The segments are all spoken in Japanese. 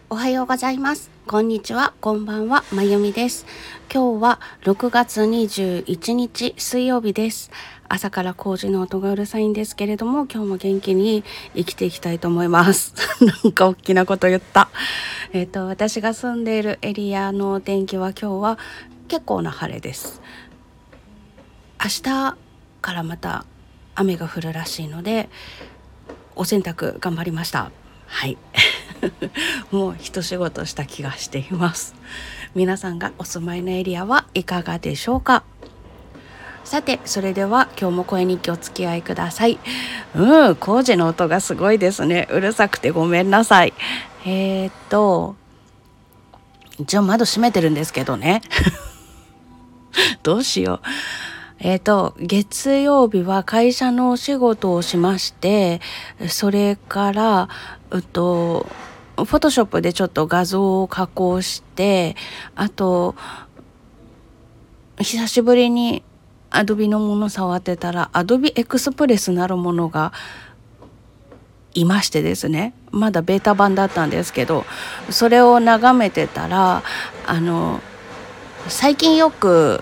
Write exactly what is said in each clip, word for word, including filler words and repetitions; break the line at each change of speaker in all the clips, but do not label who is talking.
おはようございます。こんにちは、こんばんは、まゆみです。今日はろくがつにじゅういちにち水曜日です。朝から工事の音がうるさいんですけれども、今日も元気に生きていきたいと思います。なんか大きなこと言った。えっと、私が住んでいるエリアの天気は今日は結構な晴れです。明日からまた雨が降るらしいので、お洗濯頑張りました。はい。もう一仕事した気がしています。皆さんがお住まいのエリアはいかがでしょうか。さて、それでは今日も声日記お付き合いください。うん、工事の音がすごいですね。うるさくてごめんなさい。えー、っと一応窓閉めてるんですけどね。どうしよう。えっと、月曜日は会社のお仕事をしまして、それから、うっと、フォトショップでちょっと画像を加工して、あと、久しぶりに Adobe のもの触ってたら、Adobe Express なるものがいましてですね、まだベータ版だったんですけど、それを眺めてたら、あの、最近よく、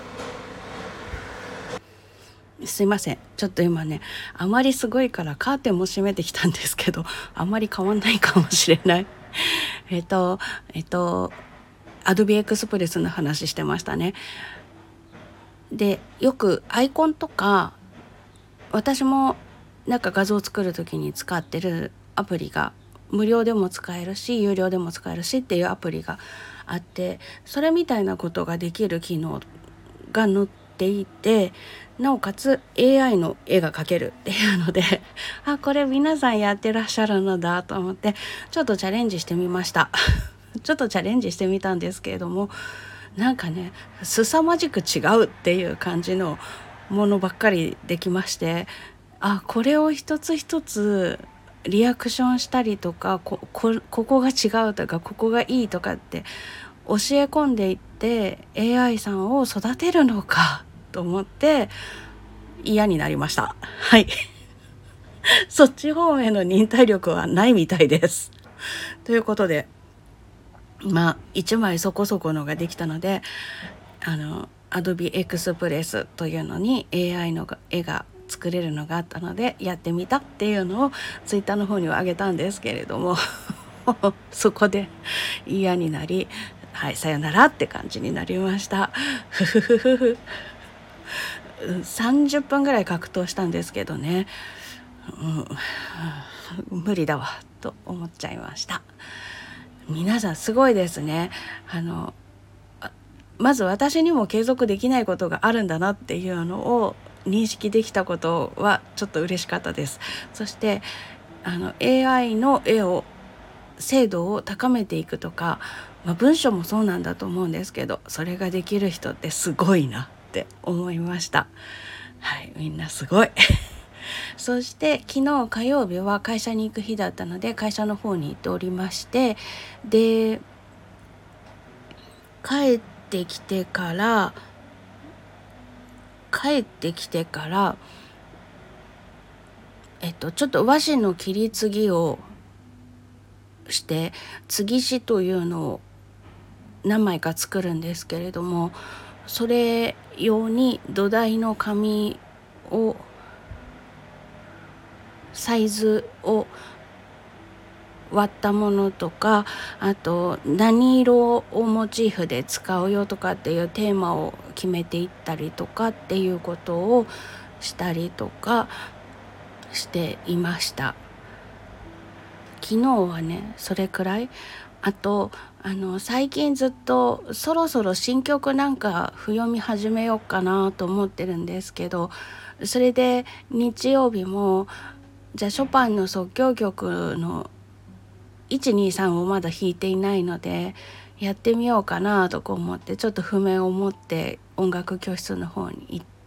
すいません、ちょっと今ねあまりすごいからカーテンも閉めてきたんですけど、あまり変わんないかもしれない。えっとえっと Adobe Express の話してましたね。で、よくアイコンとか、私もなんか画像を作る時に使ってるアプリが無料でも使えるし有料でも使えるしっていうアプリがあって、それみたいなことができる機能が載っていて、なおかつ エーアイ の絵が描けるっていうのであ、これ皆さんやってらっしゃるのだと思ってちょっとチャレンジしてみました。ちょっとチャレンジしてみたんですけれども、なんかね凄まじく違うっていう感じのものばっかりできまして、あ、これを一つ一つリアクションしたりとか、ここここが違うとかここがいいとかって教え込んでいってエーアイ さんを育てるのかと思って嫌になりました。はい。そっち方面の忍耐力はないみたいです。ということで、まあいちまいそこそこのができたので、あの Adobe Express というのに エーアイ の絵が作れるのがあったのでやってみたっていうのをツイッターの方には上げたんですけれどもそこで嫌になり、はい、さよならって感じになりました。ふふふふふ。さんじゅっぷんぐらい格闘したんですけどね、うん、無理だわと思っちゃいました。皆さんすごいですね。あのまず私にも継続できないことがあるんだなっていうのを認識できたことはちょっと嬉しかったです。そしてあの エーアイ の絵を精度を高めていくとか、まあ、文章もそうなんだと思うんですけど、それができる人ってすごいなって思いました。はい、みんなすごい。そして昨日火曜日は会社に行く日だったので会社の方に行っておりまして、で帰ってきてから帰ってきてからえっとちょっと和紙の切り継ぎをして継ぎ師というのを何枚か作るんですけれども、それ用に土台の紙をサイズを割ったものとか、あと何色をモチーフで使うよとかっていうテーマを決めていったりとかっていうことをしたりとかしていました。昨日はねそれくらい。あとあの最近ずっとそろそろ新曲なんか譜読み始めようかなと思ってるんですけど、それで日曜日もじゃあショパンの即興曲のいちにさんをまだ弾いていないのでやってみようかなとか思ってちょっと譜面を持って音楽教室の方に行って、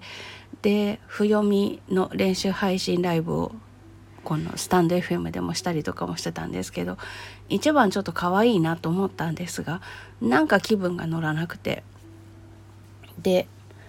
で譜読みの練習配信ライブをこのスタンド エフエム でもしたりとかもしてたんですけど、一番ちょっと可愛いなと思ったんですが、なんか気分が乗らなくて、で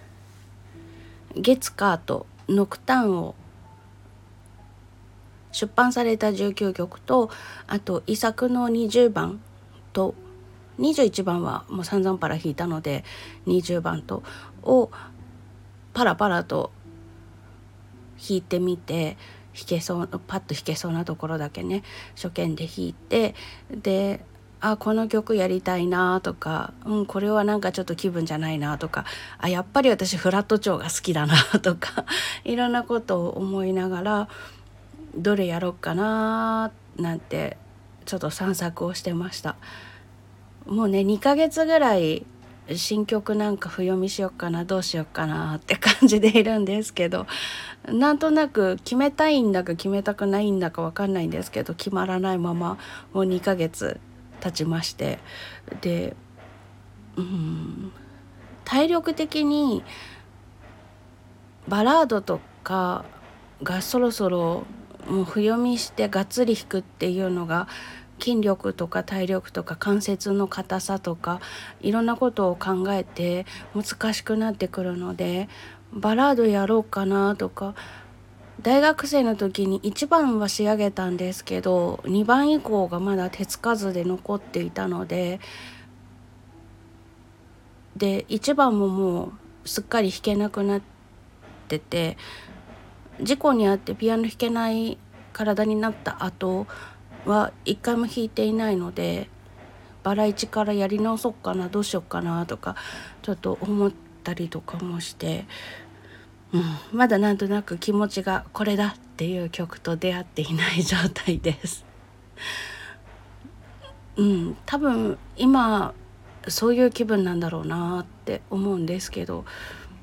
月火とノクターンを出版されたじゅうきゅうきょくと、あと遺作のにじゅうばんとにじゅういちばんはもう散々パラ弾いたので、にじゅうばんとをパラパラと弾いてみて、弾けそうパッと弾けそうなところだけね初見で弾いて、であこの曲やりたいなとか、うん、これはなんかちょっと気分じゃないなとか、あやっぱり私フラット調が好きだなとかいろんなことを思いながら、どれやろうかななんてちょっと散策をしてました。もうねにかげつぐらい新曲なんか譜読みしようかなどうしようかなって感じでいるんですけど、なんとなく決めたいんだか決めたくないんだか分かんないんですけど、決まらないままもうにかげつ経ちまして、でうん体力的にバラードとかがそろそろもう譜読みしてがっつり弾くっていうのが、筋力とか体力とか関節の硬さとかいろんなことを考えて難しくなってくるので、バラードやろうかなとか、大学生の時にいちばんは仕上げたんですけどにばん以降がまだ手つかずで残っていたので、でいちばんももうすっかり弾けなくなってて、事故に遭ってピアノ弾けない体になった後はいっかいも弾いていないので、バラいちからやり直そうかなどうしようかなとかちょっと思ったりとかもして、うん、まだなんとなく気持ちがこれだっていう曲と出会っていない状態です。うん、多分今そういう気分なんだろうなって思うんですけど、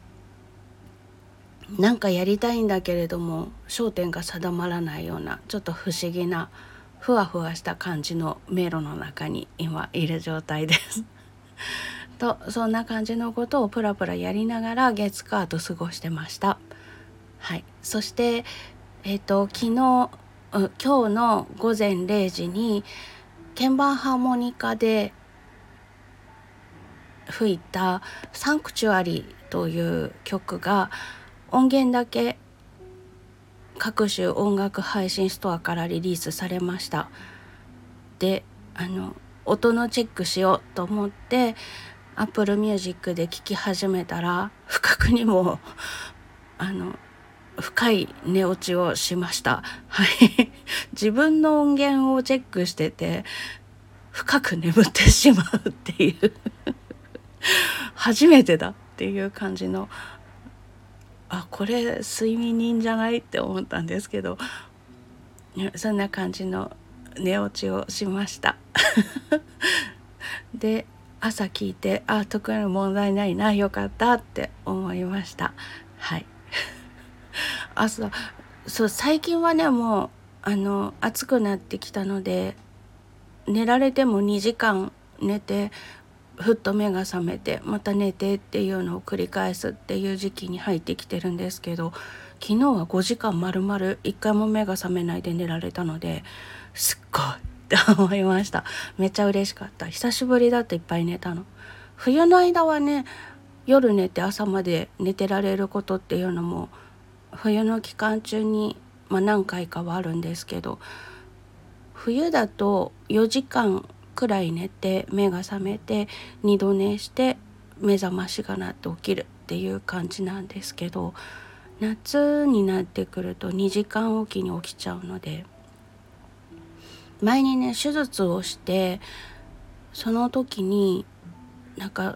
なんかやりたいんだけれども焦点が定まらないようなちょっと不思議なふわふわした感じの迷路の中に今いる状態ですと、そんな感じのことをプラプラやりながら月火と過ごしてました。はい、そしてえっ、と昨日今日の午前れいじに鍵盤ハーモニカで吹いたサンクチュアリーという曲が音源だけ各種音楽配信ストアからリリースされました。であの音のチェックしようと思って Apple Music で聴き始めたら、不覚にもあの深い寝落ちをしました。はい自分の音源をチェックしてて深く眠ってしまうっていう初めてだっていう感じの、あこれ睡眠にいいんじゃないって思ったんですけど、そんな感じの寝落ちをしましたで朝聞いて、あ特に問題ないな、よかったって思いました。はい朝そう最近はねもうあの暑くなってきたので、寝られてもにじかん寝てふっと目が覚めてまた寝てっていうのを繰り返すっていう時期に入ってきてるんですけど、昨日はごじかん丸々いっかいも目が覚めないで寝られたので、すっごいって思いました。めっちゃ嬉しかった。久しぶりだっていっぱい寝たの。冬の間はね夜寝て朝まで寝てられることっていうのも冬の期間中に、まあ、何回かはあるんですけど、冬だとよじかんくらい寝て目が覚めて二度寝して目覚ましが鳴って起きるっていう感じなんですけど、夏になってくるとにじかんおきに起きちゃうので、前にね手術をしてその時になんか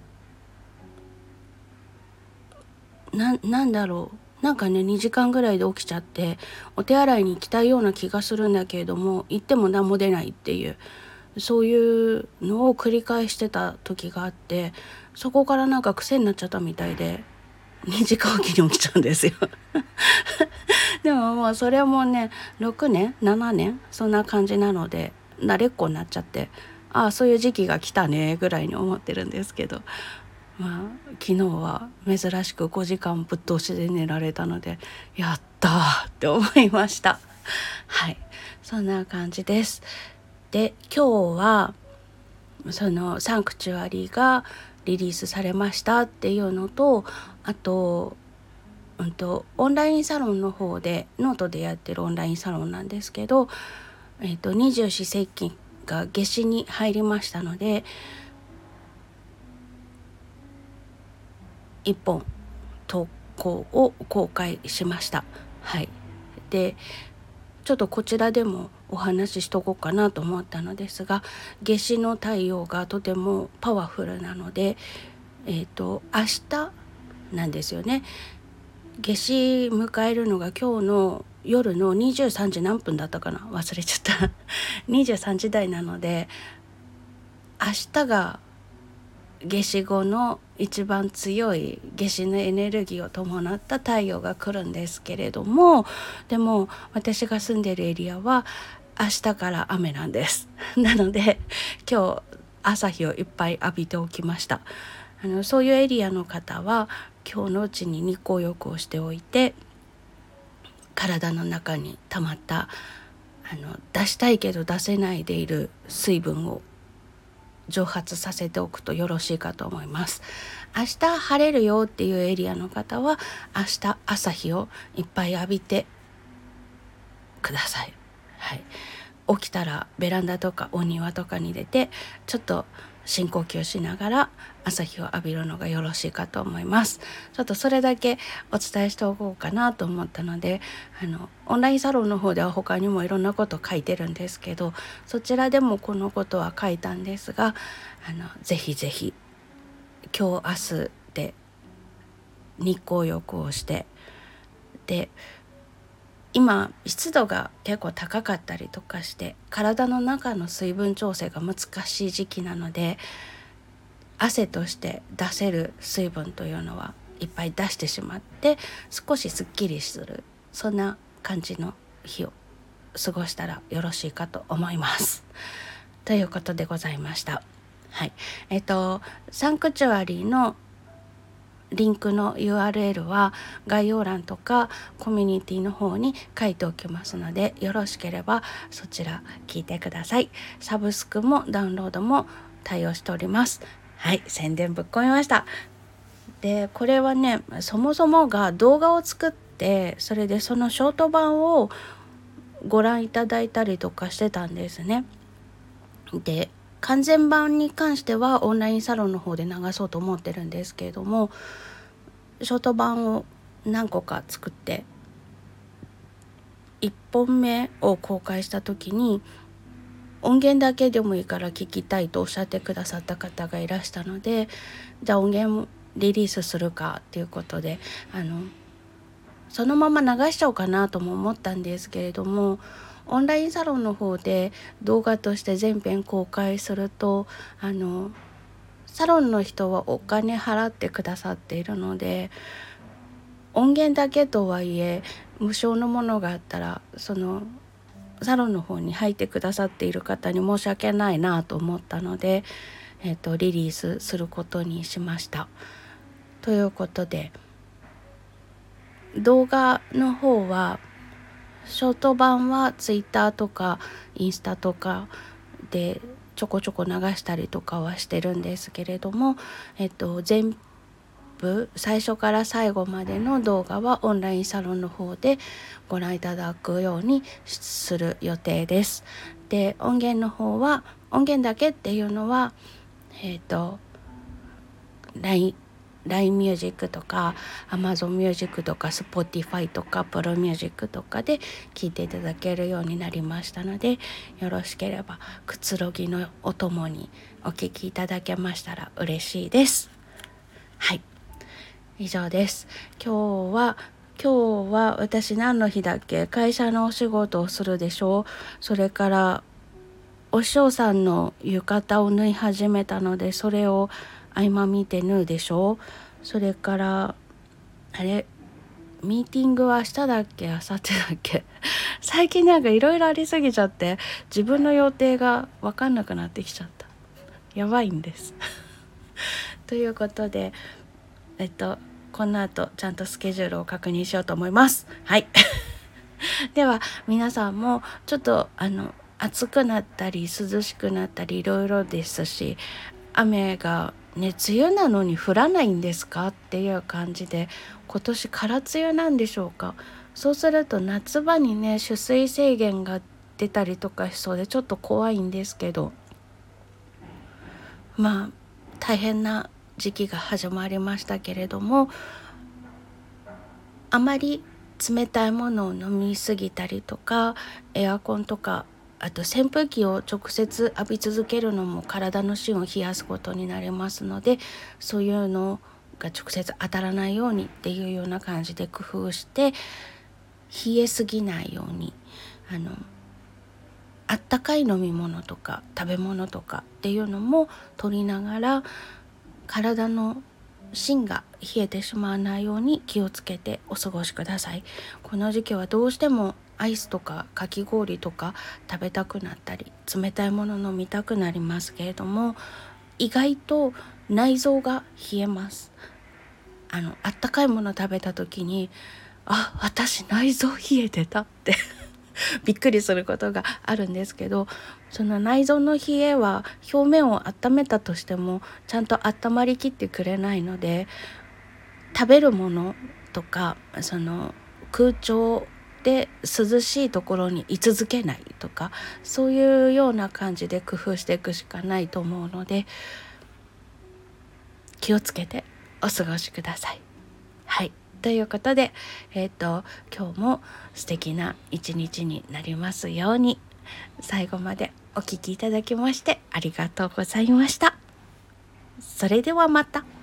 ななんだろうなんかねにじかんぐらいで起きちゃってお手洗いに行きたいような気がするんだけれども行っても何も出ないっていう、そういうのを繰り返してた時があって、そこからなんか癖になっちゃったみたいでにじかんおきに起きちゃうんですよでももうそれもねろくねんななねんそんな感じなので慣れっこになっちゃって、ああそういう時期が来たねぐらいに思ってるんですけど、まあ昨日は珍しくごじかんぶっ通しで寝られたのでやったーって思いました。はい、そんな感じです。で今日はそのサンクチュアリがリリースされましたっていうのと、あとうんとオンラインサロンの方でノートでやってるオンラインサロンなんですけど、えーと二十四節気が夏至に入りましたので、いっぽん投稿を公開しました。はい。で、ちょっとこちらでもお話ししとこうかなと思ったのですが、夏至の太陽がとてもパワフルなので、えっと明日なんですよね。夏至迎えるのが今日の夜のにじゅうさんじ何分だったかな、忘れちゃったにじゅうさんじ台なので、明日が夏至後の一番強い夏至のエネルギーを伴った太陽が来るんですけれども、でも私が住んでるエリアは明日から雨なんですなので今日朝日をいっぱい浴びておきました。あのそういうエリアの方は今日のうちに日光浴をしておいて、体の中に溜まったあの出したいけど出せないでいる水分を蒸発させておくとよろしいかと思います。明日晴れるよっていうエリアの方は明日朝日をいっぱい浴びてください。はい、起きたらベランダとかお庭とかに出てちょっと深呼吸しながら朝日を浴びるのがよろしいかと思います。ちょっとそれだけお伝えしておこうかなと思ったので、あのオンラインサロンの方では他にもいろんなこと書いてるんですけど、そちらでもこのことは書いたんですが、あのぜひぜひ今日明日で日光浴をして、で今湿度が結構高かったりとかして体の中の水分調整が難しい時期なので、汗として出せる水分というのはいっぱい出してしまって少しすっきりする、そんな感じの日を過ごしたらよろしいかと思いますということでございました。はい、えっとサンクチュアリーのリンクの ユーアールエル は概要欄とかコミュニティの方に書いておきますので、よろしければそちら聞いてください。サブスクもダウンロードも対応しております。はい、宣伝ぶっ込みました。でこれはね、そもそもが動画を作って、それでそのショート版をご覧いただいたりとかしてたんですね。で完全版に関してはオンラインサロンの方で流そうと思ってるんですけれども、ショート版を何個か作っていっぽんめを公開した時に、音源だけでもいいから聞きたいとおっしゃってくださった方がいらしたので、じゃあ音源リリースするかっていうことで、あのそのまま流しちゃおうかなとも思ったんですけれども、オンラインサロンの方で動画として全編公開すると、あのサロンの人はお金払ってくださっているので、音源だけとはいえ無償のものがあったらそのサロンの方に入ってくださっている方に申し訳ないなと思ったので、えーと、リリースすることにしました。ということで、動画の方はショート版はツイッターとかインスタとかでちょこちょこ流したりとかはしてるんですけれども、えっと、全部最初から最後までの動画はオンラインサロンの方でご覧いただくようにする予定です。で音源の方は音源だけっていうのはえっと ラインライン ミュージックとか Amazon ミュージックとか Spotify とか Apple ミュージックとかで聴いていただけるようになりましたので、よろしければくつろぎのおともにお聴きいただけましたら嬉しいです。はい、以上です。今日は今日は私何の日だっけ、会社のお仕事をするでしょう。それからお師匠さんの浴衣を縫い始めたので、それを合間見て縫うでしょう。それからあれミーティングは明日だっけ明後日だっけ最近なんかいろいろありすぎちゃって自分の予定が分かんなくなってきちゃった。やばいんですということで、えっとこの後ちゃんとスケジュールを確認しようと思います。はいでは皆さんもちょっとあの暑くなったり涼しくなったりいろいろですし、雨がね梅雨なのに降らないんですかっていう感じで、今年空梅雨なんでしょうか。そうすると夏場にね取水制限が出たりとかしそうでちょっと怖いんですけど、まあ大変な時期が始まりましたけれども、あまり冷たいものを飲みすぎたりとか、エアコンとかあと扇風機を直接浴び続けるのも体の芯を冷やすことになりますので、そういうのが直接当たらないようにっていうような感じで工夫して、冷えすぎないように、あのあったかい飲み物とか食べ物とかっていうのも取りながら、体の芯が冷えてしまわないように気をつけてお過ごしください。この時期はどうしてもアイスとかかき氷とか食べたくなったり、冷たいもの飲みたくなりますけれども、意外と内臓が冷えます。あのあったかいもの食べた時に、あ、私内臓冷えてたってびっくりすることがあるんですけど、その内臓の冷えは表面を温めたとしてもちゃんと温まりきってくれないので、食べるものとかその空調で涼しいところに居続けないとか、そういうような感じで工夫していくしかないと思うので、気をつけてお過ごしください。はい、ということで、えっと今日も素敵な一日になりますように。最後までお聞きいただきましてありがとうございました。それではまた。